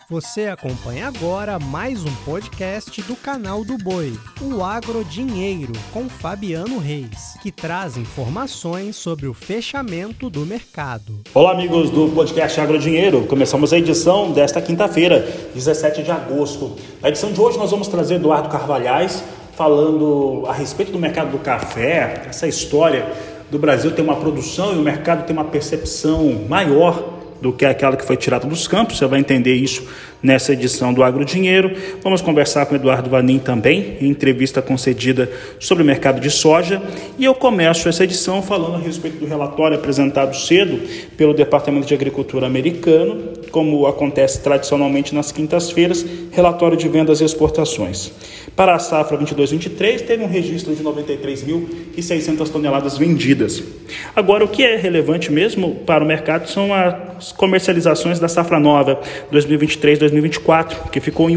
Você acompanha agora mais um podcast do canal do Boi, o Agrodinheiro, com Fabiano Reis, que traz informações sobre o fechamento do mercado. Olá, amigos do podcast Agrodinheiro. Começamos a edição desta quinta-feira, 17 de agosto. Na edição de hoje nós vamos trazer Eduardo Carvalhais falando a respeito do mercado do café, essa história do Brasil ter uma produção e o mercado ter uma percepção maior do que aquela que foi tirada dos campos. Você vai entender isso nessa edição do Agrodinheiro. Vamos conversar com o Eduardo Vanin também, em entrevista concedida sobre o mercado de soja. E eu começo essa edição falando a respeito do relatório apresentado cedo pelo Departamento de Agricultura americano, como acontece tradicionalmente nas quintas-feiras, relatório de vendas e exportações. Para a safra 22-23, teve um registro de 93.600 toneladas vendidas. Agora, o que é relevante mesmo para o mercado são as comercializações da safra nova 2023-2024, que ficou em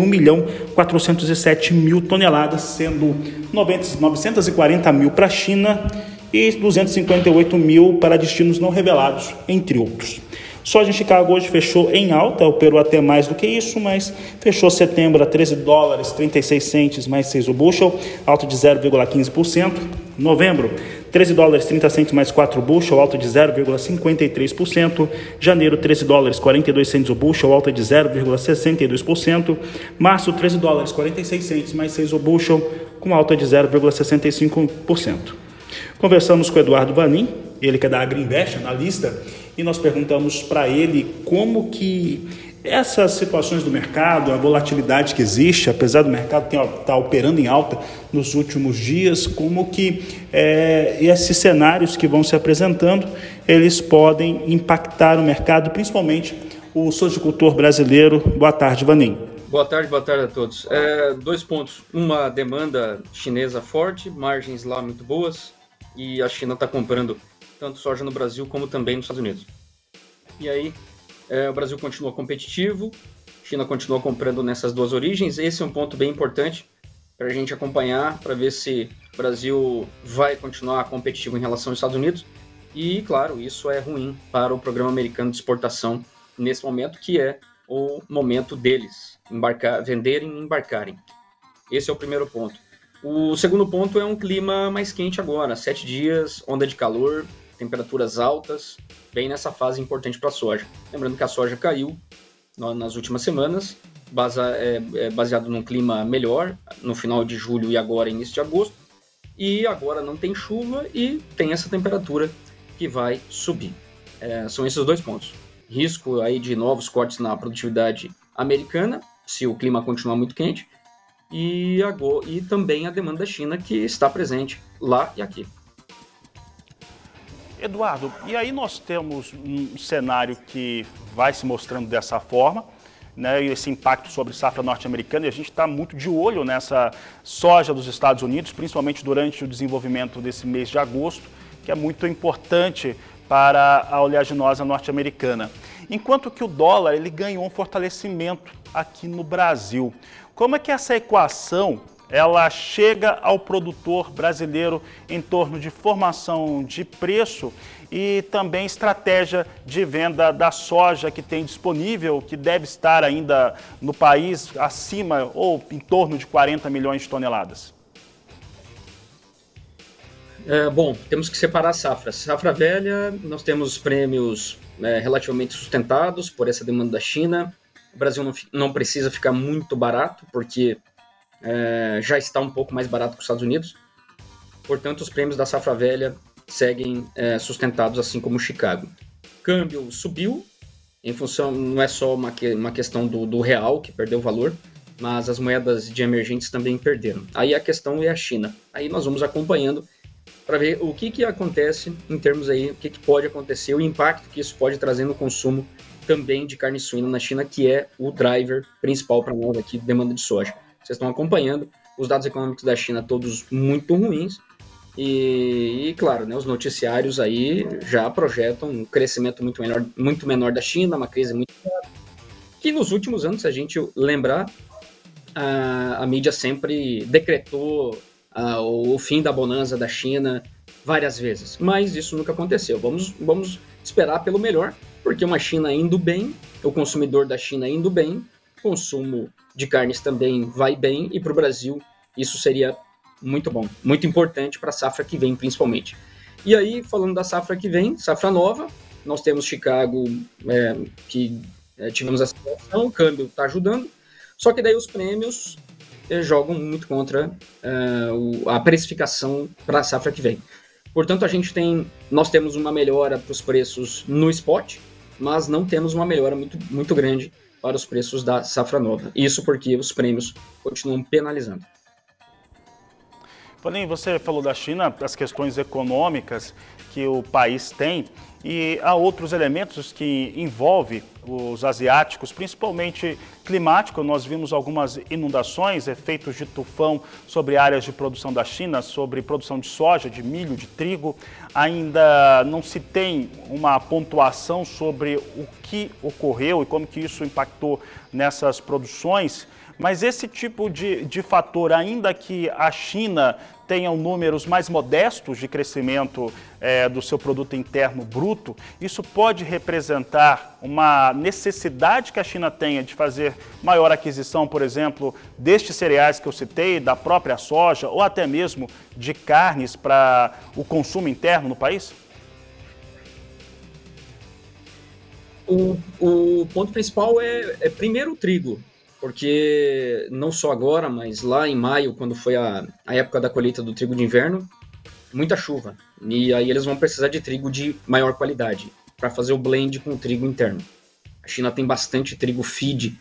1.407.000 toneladas, sendo 940 mil para a China e 258 mil para destinos não revelados, entre outros. Soja em Chicago hoje fechou em alta, operou até mais do que isso, mas fechou setembro a $13,36 mais 6 o bushel, alta de 0,15%. Novembro, $13,30 mais 4 o bushel, alta de 0,53%. Janeiro, $13,42 o bushel, alta de 0,62%. Março, $13,46 mais 6 o bushel, com alta de 0,65%. Conversamos com o Eduardo Vanin, ele que é da Agriinvest, analista, e nós perguntamos para ele como que essas situações do mercado, a volatilidade que existe, apesar do mercado estar operando em alta nos últimos dias, como que esses cenários que vão se apresentando, eles podem impactar o mercado, principalmente o sojicultor brasileiro. Boa tarde, Vanin. Boa tarde a todos. 2 pontos. Uma demanda chinesa forte, margens lá muito boas, e a China está comprando tanto soja no Brasil como também nos Estados Unidos. E aí, o Brasil continua competitivo, a China continua comprando nessas duas origens. Esse é um ponto bem importante para a gente acompanhar, para ver se o Brasil vai continuar competitivo em relação aos Estados Unidos. E, claro, isso é ruim para o Programa Americano de Exportação nesse momento, que é o momento deles venderem e embarcarem. Esse é o primeiro ponto. O segundo ponto é um clima mais quente agora, 7 dias, onda de calor, temperaturas altas, bem nessa fase importante para a soja. Lembrando que a soja caiu nas últimas semanas, baseado num clima melhor, no final de julho e agora início de agosto, e agora não tem chuva e tem essa temperatura que vai subir. São esses 2 pontos. Risco aí de novos cortes na produtividade americana, se o clima continuar muito quente, e também a demanda da China, que está presente lá e aqui. Eduardo, e aí nós temos um cenário que vai se mostrando dessa forma, né, e esse impacto sobre safra norte-americana, e a gente está muito de olho nessa soja dos Estados Unidos, principalmente durante o desenvolvimento desse mês de agosto, que é muito importante para a oleaginosa norte-americana. Enquanto que o dólar ele ganhou um fortalecimento aqui no Brasil. Como é que essa equação ela chega ao produtor brasileiro em torno de formação de preço e também estratégia de venda da soja que tem disponível, que deve estar ainda no país acima ou em torno de 40 milhões de toneladas? Bom, temos que separar as safras. Safra velha, nós temos prêmios relativamente sustentados por essa demanda da China. O Brasil não precisa ficar muito barato, porque já está um pouco mais barato que os Estados Unidos. Portanto, os prêmios da safra velha seguem sustentados, assim como Chicago. Câmbio subiu, em função, não é só uma questão do real, que perdeu valor, mas as moedas de emergentes também perderam. Aí a questão é a China. Aí nós vamos acompanhando para ver o que acontece em termos aí, o que pode acontecer, o impacto que isso pode trazer no consumo também de carne suína na China, que é o driver principal para nós aqui, demanda de soja. Vocês estão acompanhando os dados econômicos da China, todos muito ruins, e claro, né, os noticiários aí já projetam um crescimento muito menor da China, uma crise muito grave, que nos últimos anos, se a gente lembrar, a mídia sempre decretou o fim da bonança da China várias vezes, mas isso nunca aconteceu. Vamos esperar pelo melhor, porque uma China indo bem, o consumidor da China indo bem, consumo de carnes também vai bem, e para o Brasil isso seria muito bom, muito importante para a safra que vem, principalmente. E aí, falando da safra que vem, safra nova, nós temos Chicago, que tivemos a situação, o câmbio está ajudando, só que daí os prêmios jogam muito contra a precificação para a safra que vem. Portanto, nós temos uma melhora para os preços no spot, mas não temos uma melhora muito grande para os preços da safra nova. Isso porque os prêmios continuam penalizando. Paulinho, você falou da China, das questões econômicas que o país tem, e há outros elementos que envolvem os asiáticos, principalmente climático. Nós vimos algumas inundações, efeitos de tufão sobre áreas de produção da China, sobre produção de soja, de milho, de trigo. Ainda não se tem uma pontuação sobre o que ocorreu e como que isso impactou nessas produções. Mas esse tipo de fator, ainda que a China tenha números mais modestos de crescimento do seu produto interno bruto, isso pode representar uma necessidade que a China tenha de fazer maior aquisição, por exemplo, destes cereais que eu citei, da própria soja, ou até mesmo de carnes para o consumo interno no país? O ponto principal é primeiro o trigo. Porque não só agora, mas lá em maio, quando foi a época da colheita do trigo de inverno, muita chuva. E aí eles vão precisar de trigo de maior qualidade para fazer o blend com o trigo interno. A China tem bastante trigo feed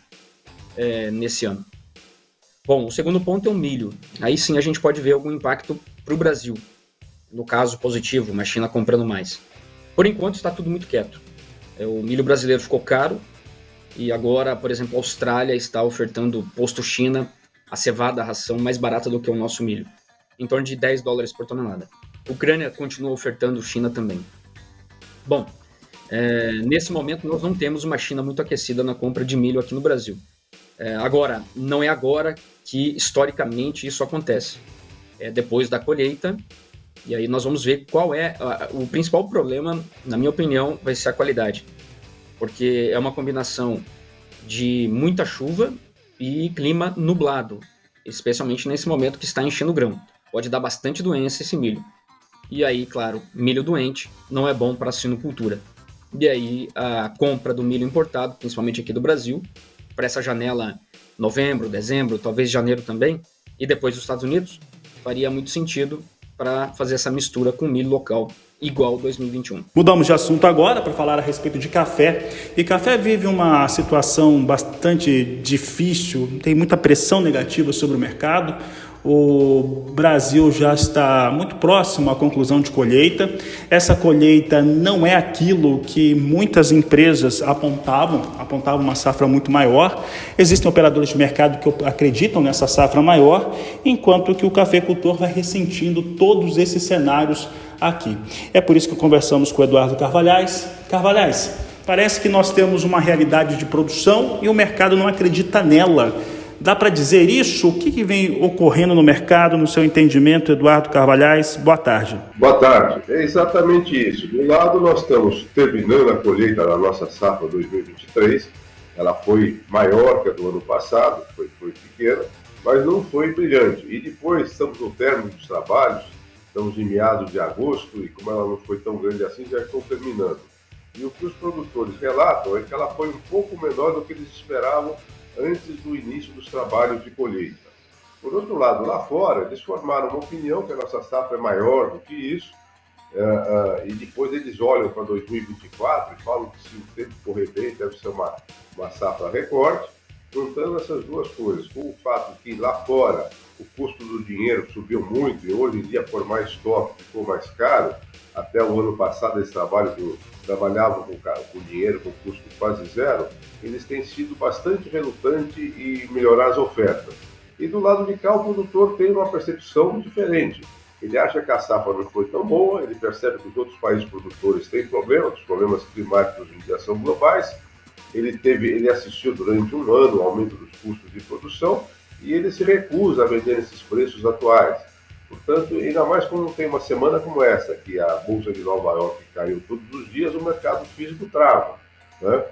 nesse ano. Bom, o segundo ponto é o milho. Aí sim a gente pode ver algum impacto para o Brasil. No caso positivo, a China comprando mais. Por enquanto está tudo muito quieto. O milho brasileiro ficou caro. E agora, por exemplo, a Austrália está ofertando, posto China, a cevada, a ração mais barata do que o nosso milho, em torno de $10 por tonelada. A Ucrânia continua ofertando, China também. Bom, nesse momento nós não temos uma China muito aquecida na compra de milho aqui no Brasil. Agora, não é agora que historicamente isso acontece. É depois da colheita, e aí nós vamos ver qual é o principal problema, na minha opinião, vai ser a qualidade. Porque é uma combinação de muita chuva e clima nublado, especialmente nesse momento que está enchendo o grão. Pode dar bastante doença esse milho. E aí, claro, milho doente não é bom para a suinocultura. E aí a compra do milho importado, principalmente aqui do Brasil, para essa janela novembro, dezembro, talvez janeiro também, e depois dos Estados Unidos, faria muito sentido para fazer essa mistura com milho local, igual 2021. Mudamos de assunto agora para falar a respeito de café. E café vive uma situação bastante difícil, tem muita pressão negativa sobre o mercado. O Brasil já está muito próximo à conclusão de colheita. Essa colheita não é aquilo que muitas empresas apontavam uma safra muito maior. Existem operadores de mercado que acreditam nessa safra maior, enquanto que o cafeicultor vai ressentindo todos esses cenários aqui. É por isso que conversamos com o Eduardo Carvalhais. Carvalhais, parece que nós temos uma realidade de produção e o mercado não acredita nela. Dá para dizer isso? O que vem ocorrendo no mercado, no seu entendimento, Eduardo Carvalhais? Boa tarde. Boa tarde. É exatamente isso. De um lado, nós estamos terminando a colheita da nossa safra 2023. Ela foi maior que a do ano passado, foi pequena, mas não foi brilhante. E depois, estamos no término dos trabalhos, estamos em meados de agosto, e como ela não foi tão grande assim, já estou terminando. E o que os produtores relatam é que ela foi um pouco menor do que eles esperavam antes do início dos trabalhos de colheita. Por outro lado, lá fora, eles formaram uma opinião que a nossa safra é maior do que isso, e depois eles olham para 2024 e falam que se o tempo correr bem, deve ser uma safra recorde, juntando essas duas coisas, com o fato que lá fora o custo do dinheiro subiu muito e hoje em dia, por mais estoque, ficou mais caro. Até o ano passado, eles trabalhavam com dinheiro, com custo quase zero. Eles têm sido bastante relutantes em melhorar as ofertas. E do lado de cá, o produtor tem uma percepção diferente. Ele acha que a safra não foi tão boa, ele percebe que os outros países produtores têm problemas, os problemas climáticos hoje em dia são globais. Ele assistiu durante um ano ao aumento dos custos de produção e ele se recusa a vender nesses preços atuais. Portanto, ainda mais quando tem uma semana como essa, que a Bolsa de Nova York caiu todos os dias, o mercado físico trava, né?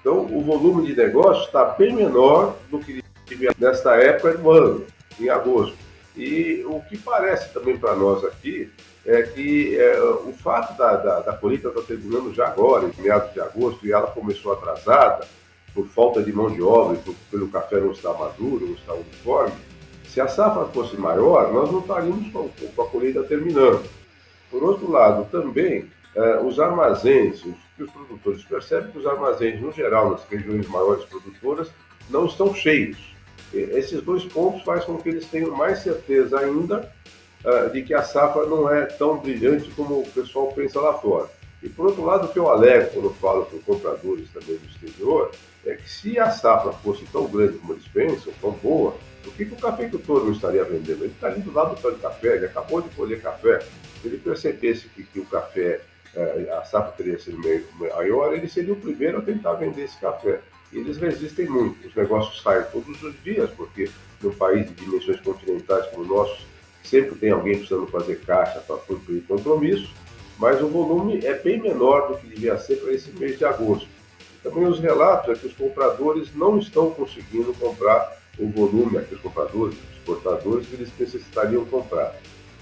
Então, o volume de negócio está bem menor do que nesta época do ano, em agosto. E o que parece também para nós aqui é que o fato da colheita estar terminando já agora, em meados de agosto, e ela começou atrasada, por falta de mão de obra, pelo café não estar maduro, não estar uniforme, se a safra fosse maior, nós não estaríamos com a colheita terminando. Por outro lado, também, os armazéns, os produtores percebem que os armazéns, no geral, nas regiões maiores produtoras, não estão cheios. Esses dois pontos fazem com que eles tenham mais certeza ainda de que a safra não é tão brilhante como o pessoal pensa lá fora. E, por outro lado, o que eu alego quando eu falo com compradores também do exterior é que se a safra fosse tão grande como eles pensam, tão boa, por que o cafeicultor não estaria vendendo? Ele está ali do lado do pé de café, ele acabou de colher café. Se ele percebesse que o café, a safra teria sido maior, ele seria o primeiro a tentar vender esse café. E eles resistem muito. Os negócios saem todos os dias, porque num país de dimensões continentais como o nosso, sempre tem alguém precisando fazer caixa para cumprir compromisso, mas o volume é bem menor do que devia ser para esse mês de agosto. Também os relatos é que os compradores não estão conseguindo comprar o volume, aqui os compradores, os exportadores, que eles necessitariam comprar.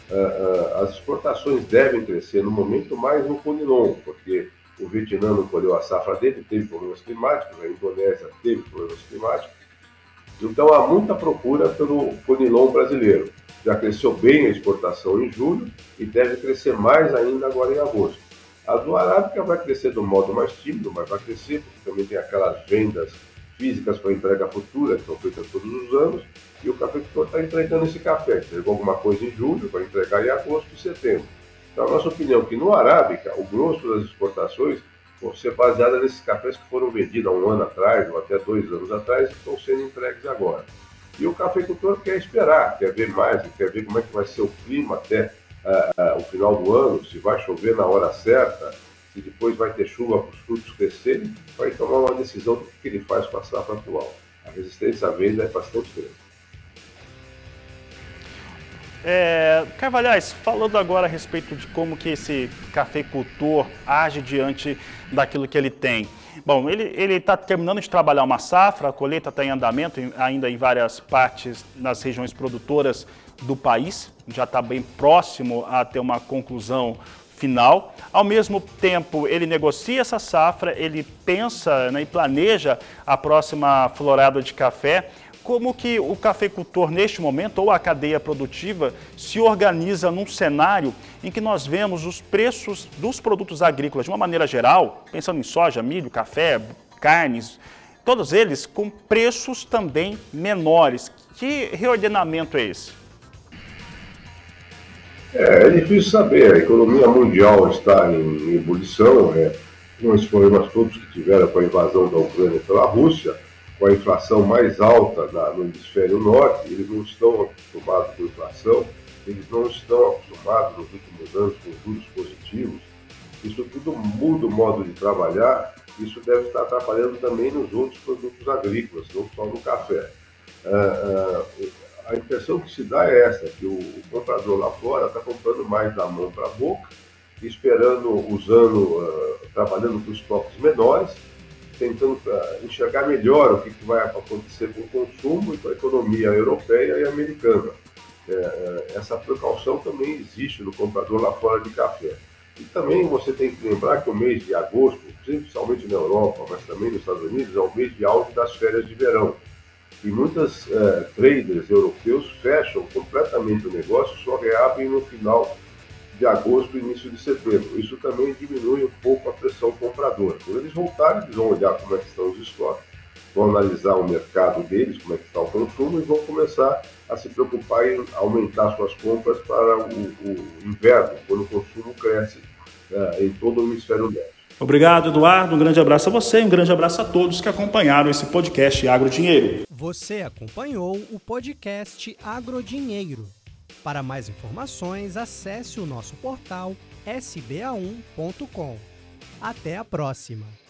As exportações devem crescer no momento mais no Conilon, porque o Vietnã não colheu a safra dele, teve problemas climáticos, a Indonésia teve problemas climáticos. Então há muita procura pelo Conilon brasileiro. Já cresceu bem a exportação em julho e deve crescer mais ainda agora em agosto. A do Arábica vai crescer do modo mais tímido, mas vai crescer, porque também tem aquelas vendas físicas para entrega futura, que são feitas todos os anos, e o cafeicultor está entregando esse café. Entregou alguma coisa em julho, vai entregar em agosto e setembro. Então, a nossa opinião é que no Arábica, o grosso das exportações vão ser baseadas nesses cafés que foram vendidos há um ano atrás, ou até 2 anos atrás, e estão sendo entregues agora. E o cafeicultor quer esperar, quer ver mais, quer ver como é que vai ser o clima até o final do ano, se vai chover na hora certa, se depois vai ter chuva para os frutos crescerem, vai tomar uma decisão do que ele faz com a safra atual. A resistência à venda é bastante grande. Carvalhais, falando agora a respeito de como que esse cafeicultor age diante daquilo que ele tem. Bom, ele está terminando de trabalhar uma safra, a colheita está em andamento ainda em várias partes nas regiões produtoras do país, já está bem próximo a ter uma conclusão final. Ao mesmo tempo, ele negocia essa safra, ele pensa, né, e planeja a próxima florada de café. Como que o cafeicultor, neste momento, ou a cadeia produtiva, se organiza num cenário em que nós vemos os preços dos produtos agrícolas, de uma maneira geral, pensando em soja, milho, café, carnes, todos eles com preços também menores. Que reordenamento é esse? É difícil saber. A economia mundial está em ebulição, com os problemas todos que tiveram com a invasão da Ucrânia pela Rússia, com a inflação mais alta no hemisfério norte. Eles não estão acostumados com inflação, eles não estão acostumados nos últimos anos com juros positivos. Isso tudo muda o modo de trabalhar, isso deve estar atrapalhando também nos outros produtos agrícolas, não só no café. A impressão que se dá é essa, que o comprador lá fora está comprando mais da mão para a boca, esperando, trabalhando com estoques menores, tentando enxergar melhor o que vai acontecer com o consumo e com a economia europeia e americana. Essa precaução também existe no comprador lá fora de café. E também você tem que lembrar que o mês de agosto, principalmente na Europa, mas também nos Estados Unidos, é o mês de auge das férias de verão. E muitos traders europeus fecham completamente o negócio, só reabrem no final de agosto e início de setembro. Isso também diminui um pouco a pressão compradora. Quando eles voltarem, eles vão olhar como é que estão os estoques, vão analisar o mercado deles, como é que está o consumo, e vão começar a se preocupar em aumentar suas compras para o inverno, quando o consumo cresce em todo o hemisfério norte. Obrigado, Eduardo. Um grande abraço a você e um grande abraço a todos que acompanharam esse podcast Agrodinheiro. Você acompanhou o podcast Agrodinheiro. Para mais informações, acesse o nosso portal sba1.com. Até a próxima!